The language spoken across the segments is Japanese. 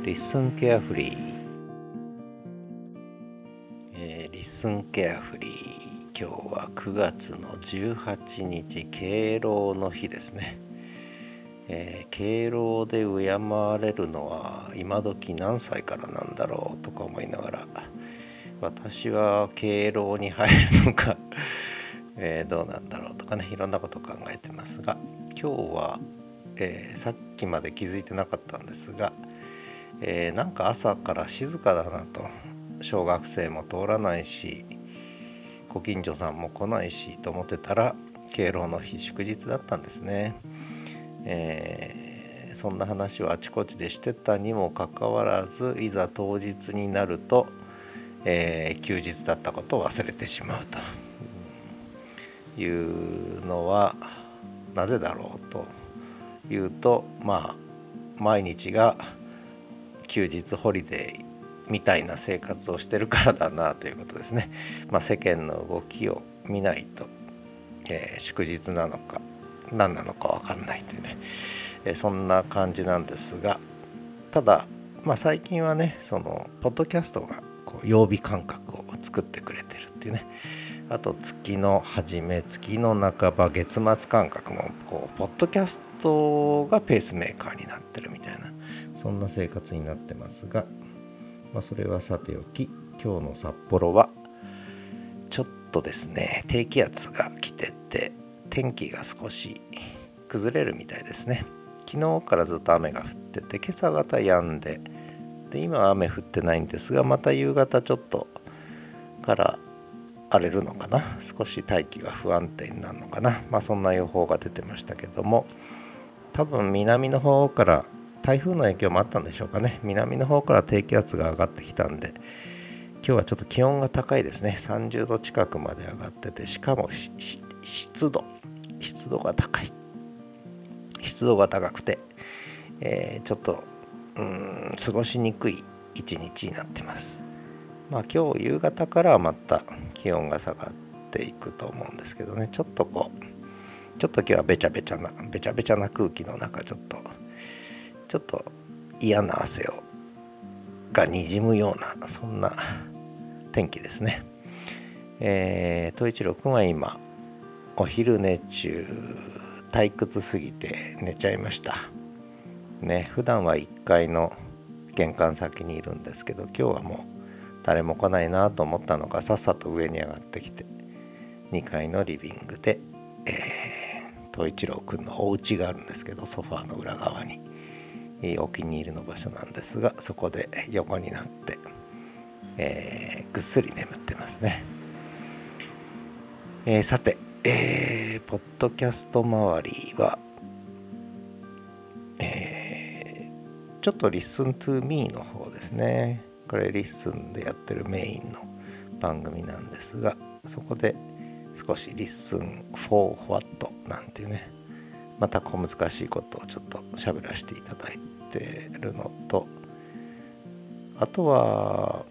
リッスンケアフリー、リッスンケアフリー、今日は9月の18日敬老の日ですね。敬老で敬われるのは今時何歳からなんだろうとか思いながら、私は敬老に入るのかどうなんだろうとかね、いろんなことを考えてますが、今日は、さっきまで気づいてなかったんですが、なんか朝から静かだなと。小学生も通らないし、ご近所さんも来ないしと思ってたら、敬老の日祝日だったんですね。そんな話をあちこちでしてたにもかかわらず、いざ当日になると、休日だったことを忘れてしまうというのはなぜだろうというと、毎日が休日ホリデーみたいな生活をしてるからだなということですね。世間の動きを見ないと、祝日なのか何なのか分かんないというね、そんな感じなんですが、ただ最近はね、そのポッドキャストがこう曜日感覚を作ってくれてるっていうね、あと月の初め月の半ば月末感覚もこうポッドキャストがペースメーカーになってるみたいな、そんな生活になってますが、それはさておき、今日の札幌はちょっとですね、低気圧が来てて天気が少し崩れるみたいですね。昨日からずっと雨が降ってて、今朝方止んで、今は雨降ってないんですが、また夕方ちょっとから荒れるのかな、少し大気が不安定になるのかな、そんな予報が出てましたけども、多分南の方から台風の影響もあったんでしょうかね。南の方から低気圧が上がってきたんで、今日はちょっと気温が高いですね。30度近くまで上がってて、しかも湿度が高い。湿度が高くて、ちょっと過ごしにくい一日になってます。今日夕方からはまた気温が下がっていくと思うんですけどね、ちょっと今日はべちゃべちゃな空気の中、ちょっと嫌な汗がにじむような、そんな天気ですね。統一郎くんは今お昼寝中、退屈すぎて寝ちゃいましたね。普段は1階の玄関先にいるんですけど、今日はもう誰も来ないなと思ったのか、さっさと上に上がってきて2階のリビングで、統一郎くんのお家があるんですけど、ソファーの裏側に、お気に入りの場所なんですが、そこで横になって、ぐっすり眠ってますね。さて、ポッドキャスト周りは、ちょっと Listen to Me の方ですね。これ Listen でやってるメインの番組なんですが、そこで少し Listen for What なんていうね、また小難しいことをちょっと喋らせていただいてるのと、あとは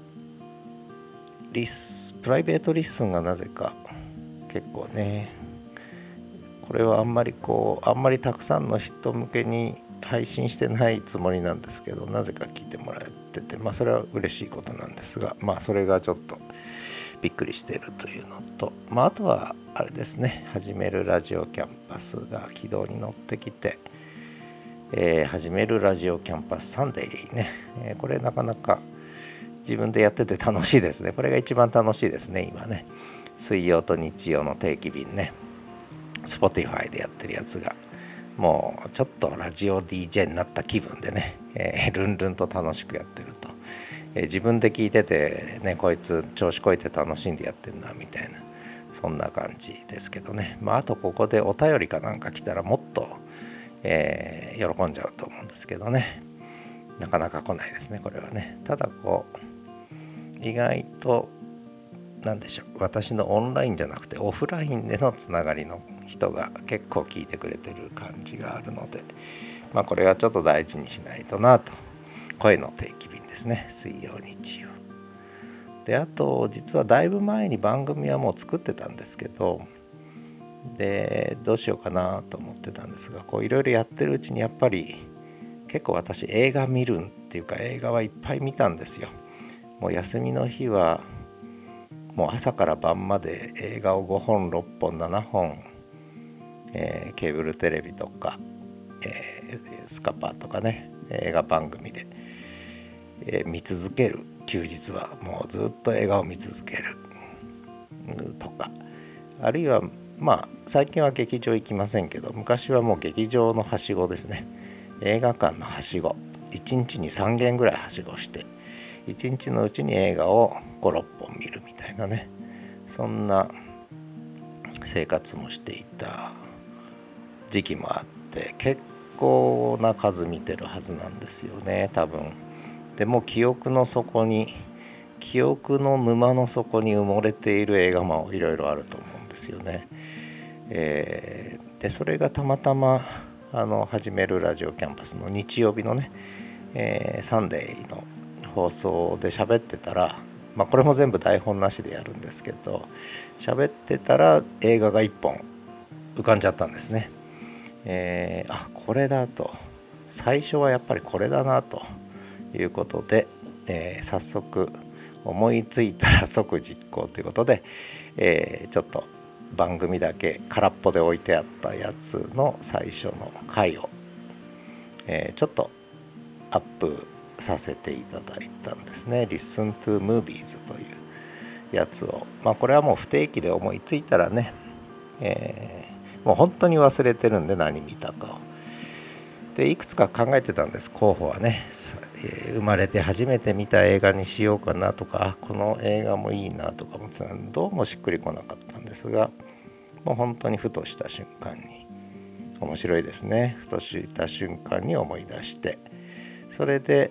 プライベートリッスンがなぜか結構ね、これはあんまりたくさんの人向けに配信してないつもりなんですけど、なぜか聞いてもらえてて、それは嬉しいことなんですが、それがちょっとびっくりしているというのと、あとはあれですね、始めるラジオキャンパスが軌道に乗ってきて、始めるラジオキャンパスサンデーね、これなかなか自分でやってて楽しいですね。これが一番楽しいですね、今ね。水曜と日曜の定期便ね、Spotify でやってるやつが、もうちょっとラジオ DJ になった気分でね、ルンルンと楽しくやってると、自分で聞いててね、こいつ調子こいて楽しんでやってんなみたいな、そんな感じですけどね。あとここでお便りかなんか来たらもっと、喜んじゃうと思うんですけどね、なかなか来ないですね、これはね。ただ意外となんでしょう、私のオンラインじゃなくてオフラインでのつながりの人が結構聞いてくれてる感じがあるので、これはちょっと大事にしないとなと。声の定期便ですね、水曜日曜で、あと実はだいぶ前に番組はもう作ってたんですけど、でどうしようかなと思ってたんですが、いろいろやってるうちにやっぱり結構私映画見るっていうか映画はいっぱい見たんですよ。もう休みの日はもう朝から晩まで映画を5本6本7本、ケーブルテレビとか、スカパーとかね映画番組で、見続ける。休日はもうずっと映画を見続けるとか、あるいは最近は劇場行きませんけど、昔はもう劇場のはしごですね。映画館のはしご、1日に3軒ぐらいはしごして、1日のうちに映画を5、6本見るみたいなね、そんな生活もしていた時期もあって、結構な数見てるはずなんですよね、多分。でも記憶の沼の底に埋もれている映画もいろいろあると思うんですよね。でそれがたまたま始めるラジオキャンパスの日曜日のね、サンデーの放送で喋ってたら、これも全部台本なしでやるんですけど、喋ってたら映画が1本浮かんじゃったんですね。これだと、最初はやっぱりこれだなということで、早速思いついたら即実行ということで、ちょっと番組だけ空っぽで置いてあったやつの最初の回を、ちょっとアップさせていただいたんですね。 Listen to Movies というやつを、これはもう不定期で思いついたらね、もう本当に忘れてるんで何見たかを。でいくつか考えてたんです。候補はね、生まれて初めて見た映画にしようかなとか、この映画もいいなとかもどうもしっくりこなかったんですが、もう本当にふとした瞬間に、面白いですね、ふとした瞬間に思い出して、それで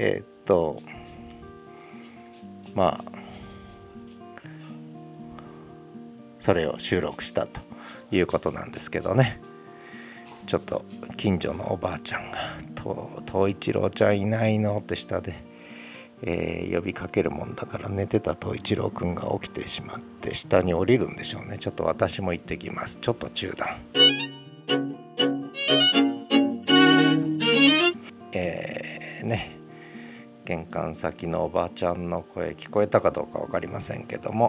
それを収録したということなんですけどね。ちょっと近所のおばあちゃんが東一郎ちゃんいないのって下で、呼びかけるもんだから、寝てた東一郎くんが起きてしまって下に降りるんでしょうね。ちょっと私も行ってきます。ちょっと中断。玄関先のおばあちゃんの声聞こえたかどうか分かりませんけども、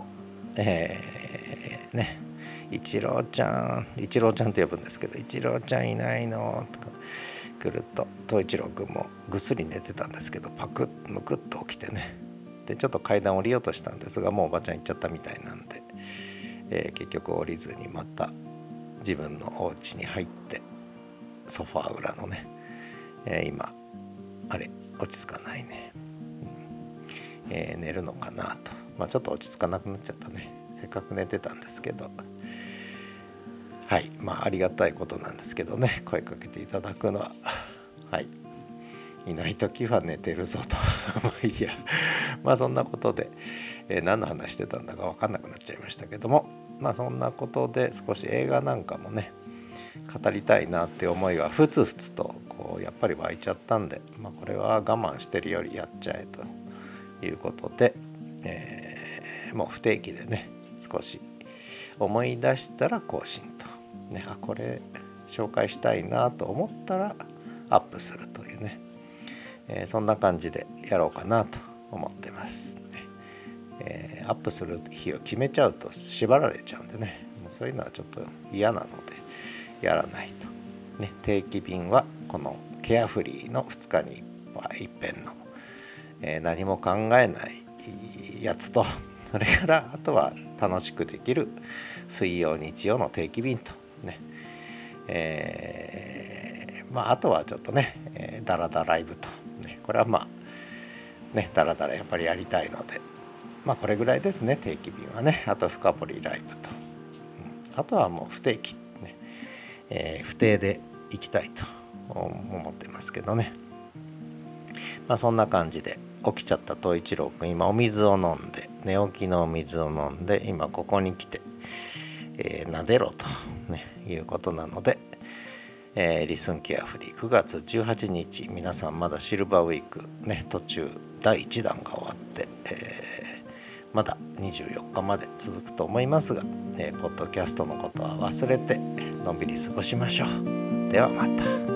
一郎ちゃんと呼ぶんですけど、一郎ちゃんいないのとか来ると、東一郎くんもぐっすり寝てたんですけど、パクッむくっと起きてね、でちょっと階段降りようとしたんですが、もうおばちゃん行っちゃったみたいなんで、結局降りずにまた自分のお家に入って、ソファー裏のね、今あれ落ち着かないね、寝るのかなと、ちょっと落ち着かなくなっちゃったね。せっかく寝てたんですけど、はい、ありがたいことなんですけどね、声かけていただくのは、はい、いない時は寝てるぞといいや、そんなことで、何の話してたんだか分かんなくなっちゃいましたけども、そんなことで少し映画なんかもね語りたいなって思いがふつふつとやっぱり湧いちゃったんで、これは我慢してるよりやっちゃえということで、もう不定期でね、少し思い出したら更新と、これ紹介したいなと思ったらアップするというね、そんな感じでやろうかなと思ってますね。アップする日を決めちゃうと縛られちゃうんでね、もうそういうのはちょっと嫌なのでやらないと、定期便はこのケアフリーの2日に一遍の、何も考えないやつと、それからあとは楽しくできる水曜日曜の定期便とね、あとはちょっとね、ダラダライブと、これはダラダラやっぱりやりたいので、これぐらいですね、定期便はね。あと深掘りライブと、あとはもう不定期ね、不定で行きたいと思ってますけどね。そんな感じで起きちゃった東一郎くん、今お水を飲んで、寝起きのお水を飲んで、今ここに来て、撫でろと、いうことなので、リスンケアフリー9月18日、皆さんまだシルバーウィーク途中第1弾が終わって、まだ24日まで続くと思いますが、ポッドキャストのことは忘れてのんびり過ごしましょう。ではまた。